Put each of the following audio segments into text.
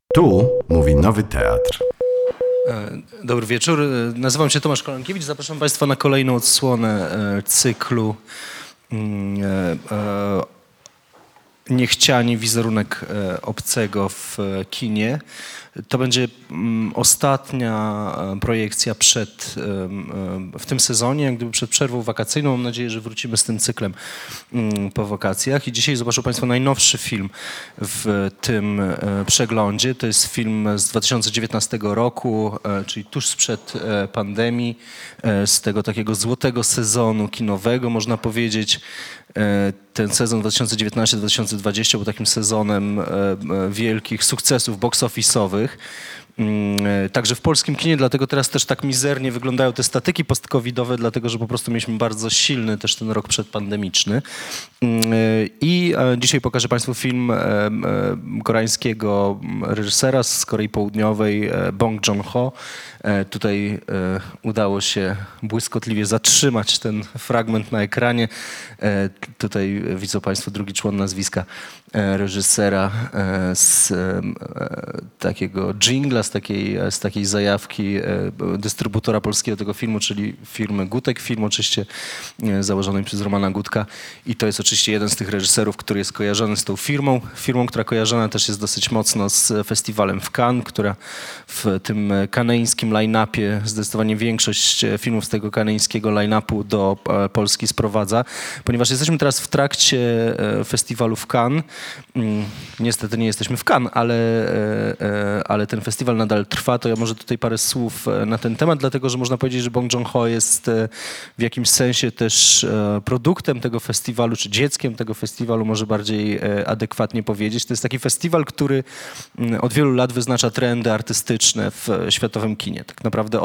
Tu mówi Nowy Teatr. Dobry wieczór. Nazywam się Tomasz Kolankiewicz. Zapraszam Państwa na kolejną odsłonę cyklu Niechciani wizerunek obcego w kinie. To będzie ostatnia projekcja w tym sezonie, jak gdyby przed przerwą wakacyjną. Mam nadzieję, że wrócimy z tym cyklem po wakacjach. I dzisiaj zobaczą Państwo najnowszy film w tym przeglądzie. To jest film z 2019 roku, czyli tuż sprzed pandemii, z tego takiego złotego sezonu kinowego, można powiedzieć. Ten sezon 2019-2020 był takim sezonem wielkich sukcesów box office'owych. Także w polskim kinie, dlatego teraz też tak mizernie wyglądają te statyki post-covidowe, dlatego że po prostu mieliśmy bardzo silny też ten rok przedpandemiczny. I dzisiaj pokażę Państwu film koreańskiego reżysera z Korei Południowej, Bong Joon-ho. Tutaj udało się błyskotliwie zatrzymać ten fragment na ekranie. Tutaj widzą Państwo drugi człon nazwiska reżysera z takiego dżingla, z takiej zajawki dystrybutora polskiego tego filmu, czyli firmy Gutek Film, oczywiście założonej przez Romana Gutka. I to jest oczywiście jeden z tych reżyserów, który jest kojarzony z tą firmą, która kojarzona też jest dosyć mocno z festiwalem w Cannes, która w tym kanańskim line-upie, zdecydowanie większość filmów z tego kanańskiego line-upu do Polski sprowadza. Ponieważ jesteśmy teraz w trakcie festiwalu w Cannes, niestety nie jesteśmy w Cannes, ale ten festiwal nadal trwa, to ja może tutaj parę słów na ten temat, dlatego że można powiedzieć, że Bong Joon-ho jest w jakimś sensie też produktem tego festiwalu, czy dzieckiem tego festiwalu, może bardziej adekwatnie powiedzieć. To jest taki festiwal, który od wielu lat wyznacza trendy artystyczne w światowym kinie. Tak naprawdę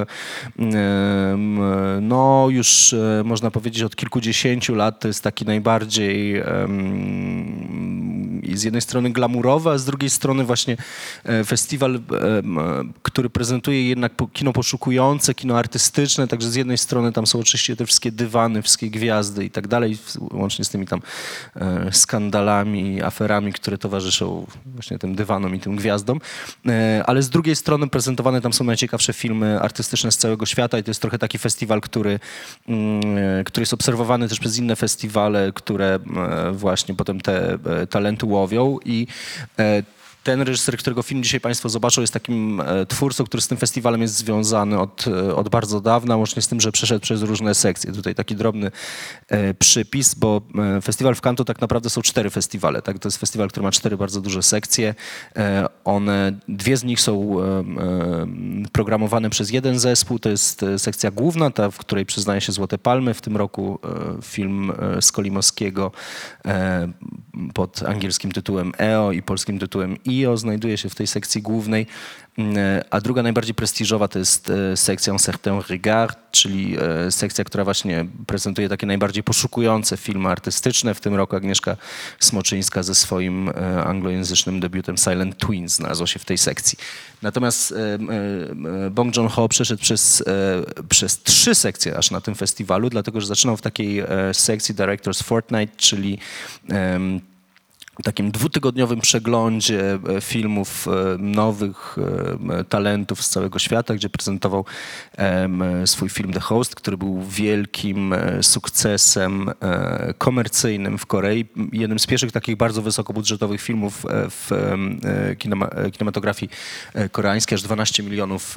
już można powiedzieć od kilkudziesięciu lat to jest taki najbardziej i z jednej strony glamurowy, a z drugiej strony właśnie festiwal, który prezentuje jednak kino poszukujące, kino artystyczne, także z jednej strony tam są oczywiście te wszystkie dywany, wszystkie gwiazdy i tak dalej, łącznie z tymi tam skandalami i aferami, które towarzyszą właśnie tym dywanom i tym gwiazdom, ale z drugiej strony prezentowane tam są najciekawsze filmy artystyczne z całego świata i to jest trochę taki festiwal, który jest obserwowany też przez inne festiwale, które właśnie potem te talenty łowią i ten reżyser, którego film dzisiaj Państwo zobaczą, jest takim twórcą, który z tym festiwalem jest związany od bardzo dawna, łącznie z tym, że przeszedł przez różne sekcje. Tutaj taki drobny przypis, bo festiwal w Cannes to tak naprawdę są 4 festiwale. Tak? To jest festiwal, który ma 4 bardzo duże sekcje. Dwie z nich są programowane przez jeden zespół. To jest sekcja główna, ta, w której przyznaje się Złote Palmy. W tym roku film Skolimowskiego pod angielskim tytułem EO i polskim tytułem IO znajduje się w tej sekcji głównej, a druga najbardziej prestiżowa to jest sekcja Un certain regard, czyli sekcja, która właśnie prezentuje takie najbardziej poszukujące filmy artystyczne. W tym roku Agnieszka Smoczyńska ze swoim anglojęzycznym debiutem Silent Twins znalazła się w tej sekcji. Natomiast Bong Joon-ho przeszedł przez 3 sekcje aż na tym festiwalu, dlatego że zaczynał w takiej sekcji Director's Fortnight, czyli takim 2-tygodniowym przeglądzie filmów nowych talentów z całego świata, gdzie prezentował swój film The Host, który był wielkim sukcesem komercyjnym w Korei. Jednym z pierwszych takich bardzo wysokobudżetowych filmów w kinematografii koreańskiej, aż $12 milionów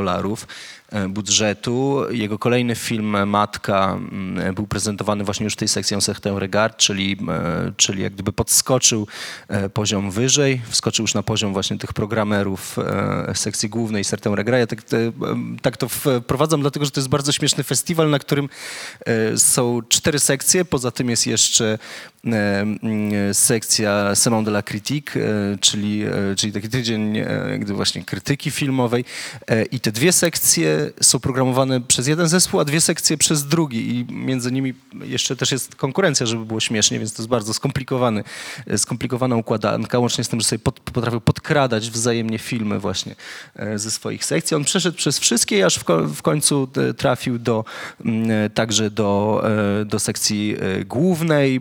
budżetu. Jego kolejny film Matka był prezentowany właśnie już w tej sekcji Un certain regard, czyli jak gdyby podskoczył poziom wyżej, wskoczył już na poziom właśnie tych programerów sekcji głównej Certain regard. Ja tak to wprowadzam, dlatego że to jest bardzo śmieszny festiwal, na którym są 4 sekcje, poza tym jest jeszcze sekcja Semaine de la Critique, czyli taki tydzień gdy właśnie krytyki filmowej i te 2 sekcje są programowane przez jeden zespół, a 2 sekcje przez drugi i między nimi jeszcze też jest konkurencja, żeby było śmiesznie, więc to jest bardzo skomplikowany skomplikowana układanka, łącznie z tym, że sobie potrafił podkradać wzajemnie filmy właśnie ze swoich sekcji. On przeszedł przez wszystkie, aż w końcu trafił także do sekcji głównej.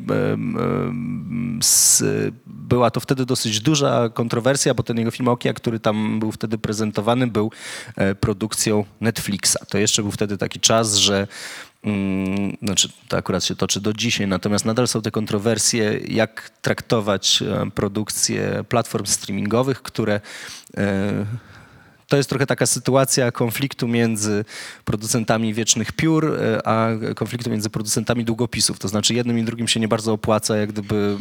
Była to wtedy dosyć duża kontrowersja, bo ten jego film Okja, który tam był wtedy prezentowany, był produkcją Netflixa. To jeszcze był wtedy taki czas, że znaczy, to akurat się toczy do dzisiaj, natomiast nadal są te kontrowersje, jak traktować produkcje platform streamingowych, które to jest trochę taka sytuacja konfliktu między producentami wiecznych piór, a konfliktu między producentami długopisów. To znaczy jednym i drugim się nie bardzo opłaca jak gdyby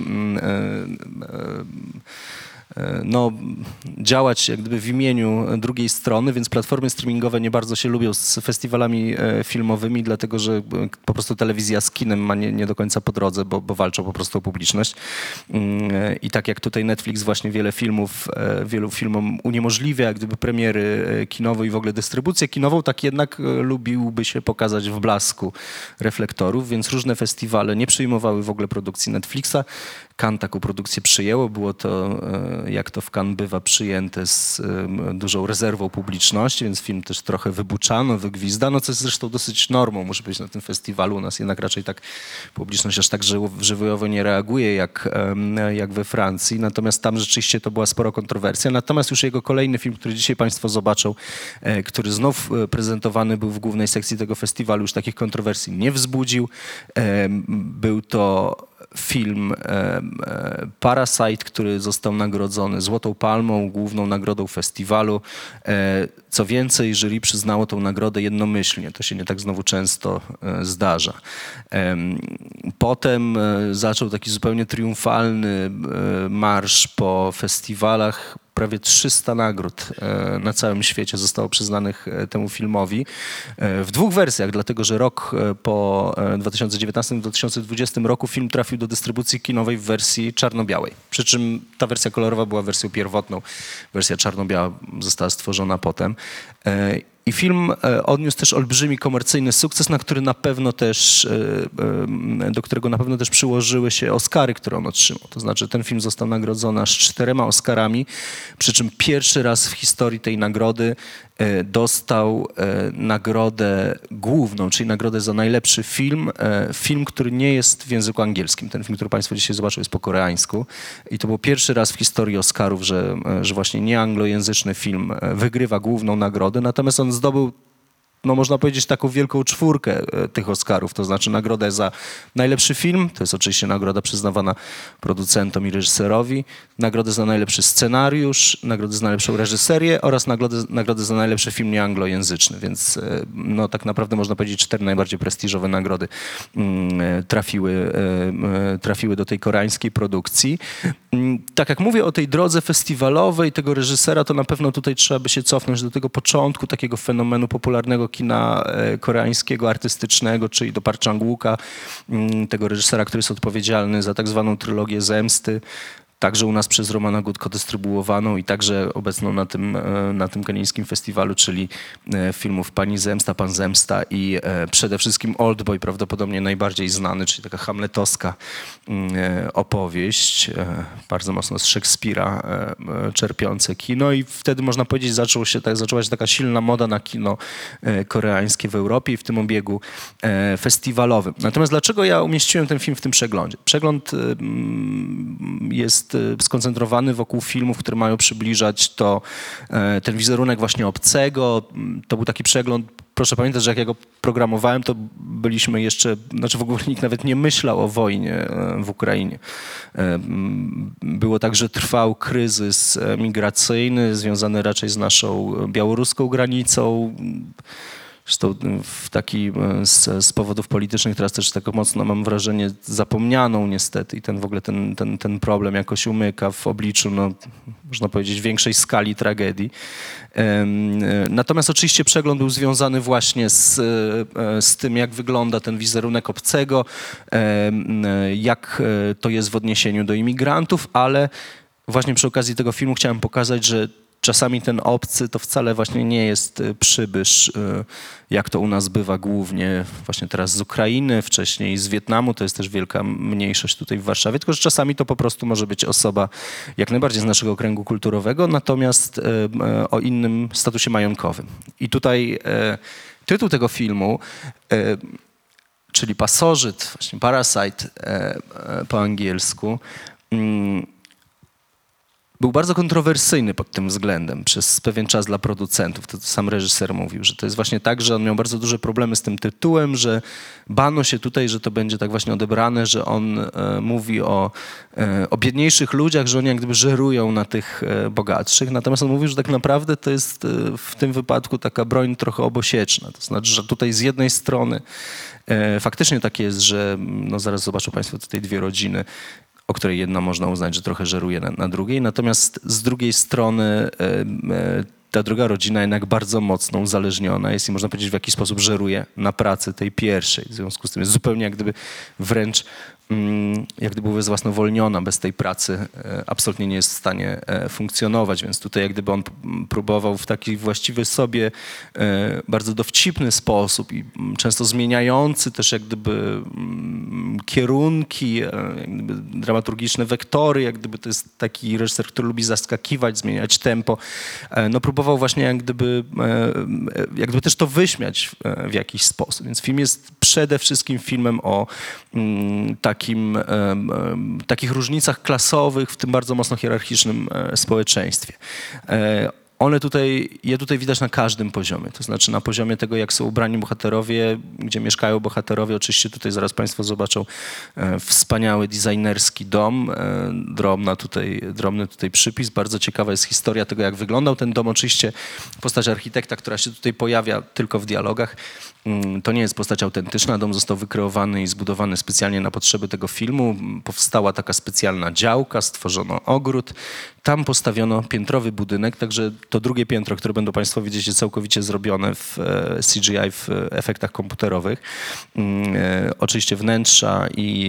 działać jak gdyby w imieniu drugiej strony, więc platformy streamingowe nie bardzo się lubią z festiwalami filmowymi, dlatego że po prostu telewizja z kinem ma nie do końca po drodze, bo walczą po prostu o publiczność. I tak jak tutaj Netflix właśnie wielu filmom uniemożliwia jak gdyby premiery kinowe i w ogóle dystrybucję kinową, tak jednak lubiłby się pokazać w blasku reflektorów, więc różne festiwale nie przyjmowały w ogóle produkcji Netflixa. Cannes taką produkcję przyjęło. Było to, jak to w Cannes bywa, przyjęte z dużą rezerwą publiczności, więc film też trochę wybuczano, wygwizdano, co jest zresztą dosyć normą, muszę powiedzieć, na tym festiwalu. U nas jednak raczej tak publiczność aż tak żywiołowo nie reaguje jak we Francji. Natomiast tam rzeczywiście to była spora kontrowersja. Natomiast już jego kolejny film, który dzisiaj Państwo zobaczą, który znów prezentowany był w głównej sekcji tego festiwalu, już takich kontrowersji nie wzbudził. Był to film Parasite, który został nagrodzony Złotą Palmą, główną nagrodą festiwalu. Co więcej, jury przyznało tą nagrodę jednomyślnie. To się nie tak znowu często zdarza. Potem zaczął taki zupełnie triumfalny marsz po festiwalach. Prawie 300 nagród na całym świecie zostało przyznanych temu filmowi w dwóch wersjach, dlatego że rok po 2019-2020 roku film trafił do dystrybucji kinowej w wersji czarno-białej. Przy czym ta wersja kolorowa była wersją pierwotną, wersja czarno-biała została stworzona potem. I film odniósł też olbrzymi komercyjny sukces, do którego na pewno też przyłożyły się Oscary, które on otrzymał. To znaczy ten film został nagrodzony aż 4 Oscarami, przy czym pierwszy raz w historii tej nagrody dostał nagrodę główną, czyli nagrodę za najlepszy film. Film, który nie jest w języku angielskim. Ten film, który Państwo dzisiaj zobaczą, jest po koreańsku. I to był pierwszy raz w historii Oscarów, że właśnie nieanglojęzyczny film wygrywa główną nagrodę. Natomiast on zdobył, no można powiedzieć, taką wielką czwórkę tych Oscarów, to znaczy nagrodę za najlepszy film, to jest oczywiście nagroda przyznawana producentom i reżyserowi, nagrodę za najlepszy scenariusz, nagrodę za najlepszą reżyserię oraz nagrodę za najlepszy film nieanglojęzyczny, więc no tak naprawdę można powiedzieć 4 najbardziej prestiżowe nagrody trafiły do tej koreańskiej produkcji. Tak jak mówię o tej drodze festiwalowej tego reżysera, to na pewno tutaj trzeba by się cofnąć do tego początku takiego fenomenu popularnego kina koreańskiego, artystycznego, czyli do Park Chan-wooka, tego reżysera, który jest odpowiedzialny za tak zwaną trylogię Zemsty, także u nas przez Romana Gutko dystrybuowaną i także obecną na tym kanadyjskim festiwalu, czyli filmów Pani Zemsta, Pan Zemsta i przede wszystkim Oldboy, prawdopodobnie najbardziej znany, czyli taka hamletowska opowieść, bardzo mocno z Szekspira czerpiące kino i wtedy można powiedzieć zaczęła się taka silna moda na kino koreańskie w Europie i w tym obiegu festiwalowym. Natomiast dlaczego ja umieściłem ten film w tym przeglądzie? Przegląd jest skoncentrowany wokół filmów, które mają przybliżać ten wizerunek właśnie obcego. To był taki przegląd. Proszę pamiętać, że jak ja go programowałem, to byliśmy jeszcze, znaczy w ogóle nikt nawet nie myślał o wojnie w Ukrainie. Było tak, że trwał kryzys migracyjny związany raczej z naszą białoruską granicą. Zresztą z powodów politycznych teraz też tak mocno mam wrażenie zapomnianą niestety i ten problem jakoś umyka w obliczu, no, można powiedzieć, większej skali tragedii. Natomiast oczywiście przegląd był związany właśnie z tym, jak wygląda ten wizerunek obcego, jak to jest w odniesieniu do imigrantów, ale właśnie przy okazji tego filmu chciałem pokazać, że czasami ten obcy to wcale właśnie nie jest przybysz, jak to u nas bywa głównie właśnie teraz z Ukrainy, wcześniej z Wietnamu, to jest też wielka mniejszość tutaj w Warszawie, tylko że czasami to po prostu może być osoba jak najbardziej z naszego kręgu kulturowego, natomiast o innym statusie majątkowym. I tutaj tytuł tego filmu, czyli Pasożyt, właśnie Parasite po angielsku, był bardzo kontrowersyjny pod tym względem przez pewien czas dla producentów. To sam reżyser mówił, że to jest właśnie tak, że on miał bardzo duże problemy z tym tytułem, że bano się tutaj, że to będzie tak właśnie odebrane, że on mówi o biedniejszych ludziach, że oni jak gdyby żerują na tych bogatszych. Natomiast on mówił, że tak naprawdę to jest w tym wypadku taka broń trochę obosieczna. To znaczy, że tutaj z jednej strony faktycznie tak jest, że no zaraz zobaczą Państwo tutaj dwie rodziny, o której jedna można uznać, że trochę żeruje na drugiej. Natomiast z drugiej strony ta druga rodzina jednak bardzo mocno uzależniona jest i można powiedzieć w jakiś sposób żeruje na pracy tej pierwszej. W związku z tym jest zupełnie jak gdyby wręcz jak gdyby ubezwłasnowolniona, bez tej pracy absolutnie nie jest w stanie funkcjonować, więc tutaj jak gdyby on próbował w taki właściwy sobie bardzo dowcipny sposób i często zmieniający też jak gdyby kierunki, jak gdyby dramaturgiczne wektory, jak gdyby to jest taki reżyser, który lubi zaskakiwać, zmieniać tempo, no próbował właśnie jak gdyby też to wyśmiać w jakiś sposób, więc film jest przede wszystkim filmem o takich różnicach klasowych w tym bardzo mocno hierarchicznym społeczeństwie. Je tutaj widać na każdym poziomie, to znaczy na poziomie tego, jak są ubrani bohaterowie, gdzie mieszkają bohaterowie. Oczywiście tutaj zaraz Państwo zobaczą wspaniały designerski dom, drobny tutaj przypis. Bardzo ciekawa jest historia tego, jak wyglądał ten dom. Oczywiście postać architekta, która się tutaj pojawia tylko w dialogach, to nie jest postać autentyczna. Dom został wykreowany i zbudowany specjalnie na potrzeby tego filmu. Powstała taka specjalna działka, stworzono ogród. Tam postawiono piętrowy budynek, także to drugie piętro, które będą Państwo widzieć, jest całkowicie zrobione w CGI, w efektach komputerowych. Oczywiście wnętrza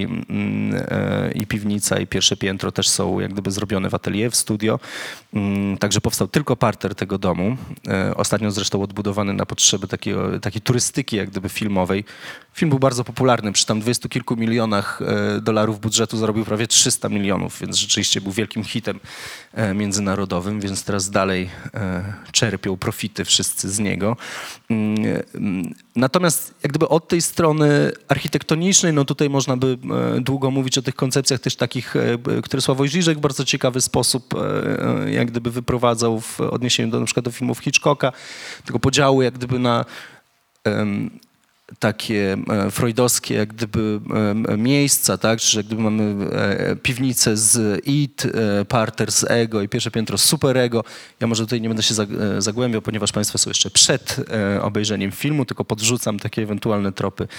i piwnica i pierwsze piętro też są jak gdyby zrobione w atelier, w studio. Także powstał tylko parter tego domu. Ostatnio zresztą odbudowany na potrzeby takiej turystyki jak gdyby filmowej. Film był bardzo popularny, przy tam 20 kilku milionach dolarów budżetu zarobił prawie 300 milionów, więc rzeczywiście był wielkim hitem międzynarodowym, więc teraz dalej czerpią profity wszyscy z niego. Natomiast jak gdyby od tej strony architektonicznej, no tutaj można by długo mówić o tych koncepcjach też takich, które Sławoj Žižek w bardzo ciekawy sposób jak gdyby wyprowadzał w odniesieniu na przykład do filmów Hitchcocka, tego podziału jak gdyby na takie freudowskie jak gdyby miejsca, tak, że jak gdyby mamy piwnicę z id, parter z ego i pierwsze piętro z superego. Ja może tutaj nie będę się zagłębiał, ponieważ Państwo są jeszcze przed obejrzeniem filmu, tylko podrzucam takie ewentualne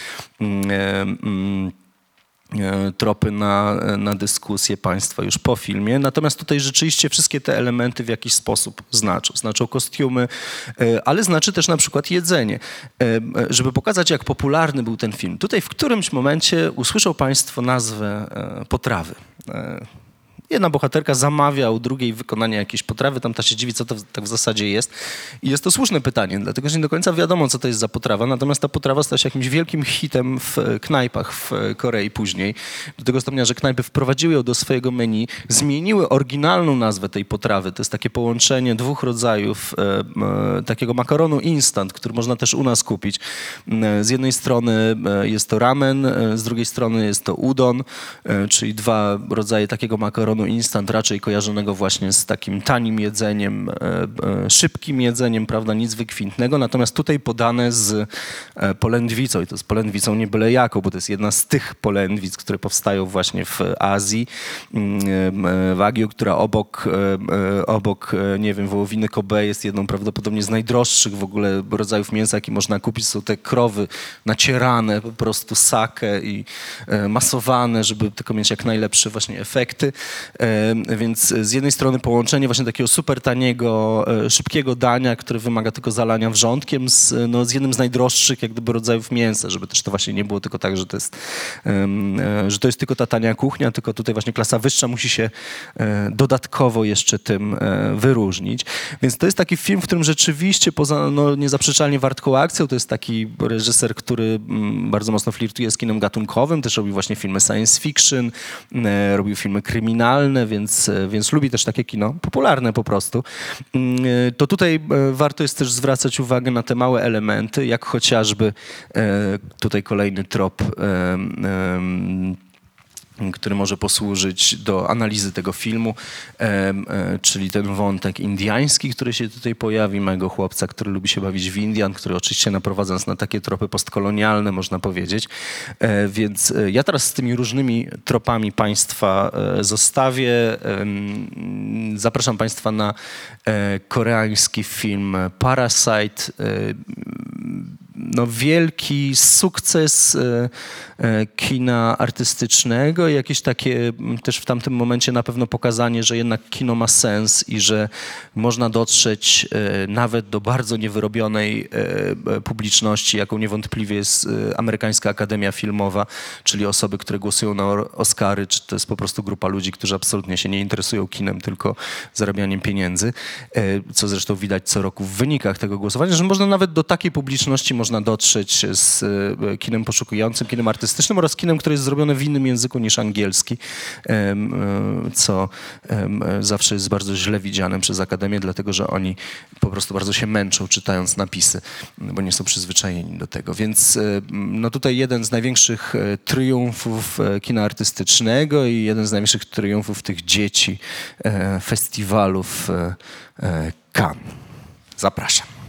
tropy na dyskusję Państwa już po filmie. Natomiast tutaj rzeczywiście wszystkie te elementy w jakiś sposób znaczą kostiumy, ale znaczy też na przykład jedzenie. Żeby pokazać, jak popularny był ten film, tutaj w którymś momencie usłyszą Państwo nazwę potrawy. Jedna bohaterka zamawia u drugiej wykonanie jakiejś potrawy, tamta się dziwi, co to tak w zasadzie jest. I jest to słuszne pytanie, dlatego że nie do końca wiadomo, co to jest za potrawa, natomiast ta potrawa stała się jakimś wielkim hitem w knajpach w Korei później. Do tego stopnia, że knajpy wprowadziły ją do swojego menu, zmieniły oryginalną nazwę tej potrawy. To jest takie połączenie dwóch rodzajów takiego makaronu instant, który można też u nas kupić. Z jednej strony jest to ramen, z drugiej strony jest to udon, czyli dwa rodzaje takiego makaronu instant, raczej kojarzonego właśnie z takim tanim jedzeniem, szybkim jedzeniem, prawda, nic wykwintnego, natomiast tutaj podane z polędwicą i to z polędwicą nie byle jaką, bo to jest jedna z tych polędwic, które powstają właśnie w Azji, Wagyu, która obok, nie wiem, wołowiny Kobe jest jedną prawdopodobnie z najdroższych w ogóle rodzajów mięsa, jakie można kupić. Są te krowy nacierane, po prostu sake i masowane, żeby tylko mieć jak najlepsze właśnie efekty. Więc z jednej strony połączenie właśnie takiego super taniego, szybkiego dania, które wymaga tylko zalania wrzątkiem z jednym z najdroższych jak gdyby rodzajów mięsa, żeby też to właśnie nie było tylko tak, że to jest tylko ta tania kuchnia, tylko tutaj właśnie klasa wyższa musi się dodatkowo jeszcze tym wyróżnić. Więc to jest taki film, w którym rzeczywiście poza niezaprzeczalnie wartką akcją, to jest taki reżyser, który bardzo mocno flirtuje z kinem gatunkowym, też robił właśnie filmy science fiction, robił filmy kryminalne, więc lubi też takie kino popularne po prostu. To tutaj warto jest też zwracać uwagę na te małe elementy, jak chociażby tutaj kolejny trop, który może posłużyć do analizy tego filmu, czyli ten wątek indiański, który się tutaj pojawi, małego chłopca, który lubi się bawić w Indian, który oczywiście naprowadza nas na takie tropy postkolonialne, można powiedzieć. Więc ja teraz z tymi różnymi tropami Państwa zostawię. Zapraszam Państwa na koreański film Parasite. Wielki sukces kina artystycznego i jakieś takie też w tamtym momencie na pewno pokazanie, że jednak kino ma sens i że można dotrzeć nawet do bardzo niewyrobionej publiczności, jaką niewątpliwie jest Amerykańska Akademia Filmowa, czyli osoby, które głosują na Oscary, czy to jest po prostu grupa ludzi, którzy absolutnie się nie interesują kinem, tylko zarabianiem pieniędzy, co zresztą widać co roku w wynikach tego głosowania, że można nawet do takiej publiczności można dotrzeć z kinem poszukującym, kinem artystycznym oraz kinem, które jest zrobione w innym języku niż angielski, co zawsze jest bardzo źle widziane przez Akademię, dlatego że oni po prostu bardzo się męczą czytając napisy, bo nie są przyzwyczajeni do tego. Więc tutaj jeden z największych triumfów kina artystycznego i jeden z największych triumfów tych dzieci festiwalów Cannes. Zapraszam.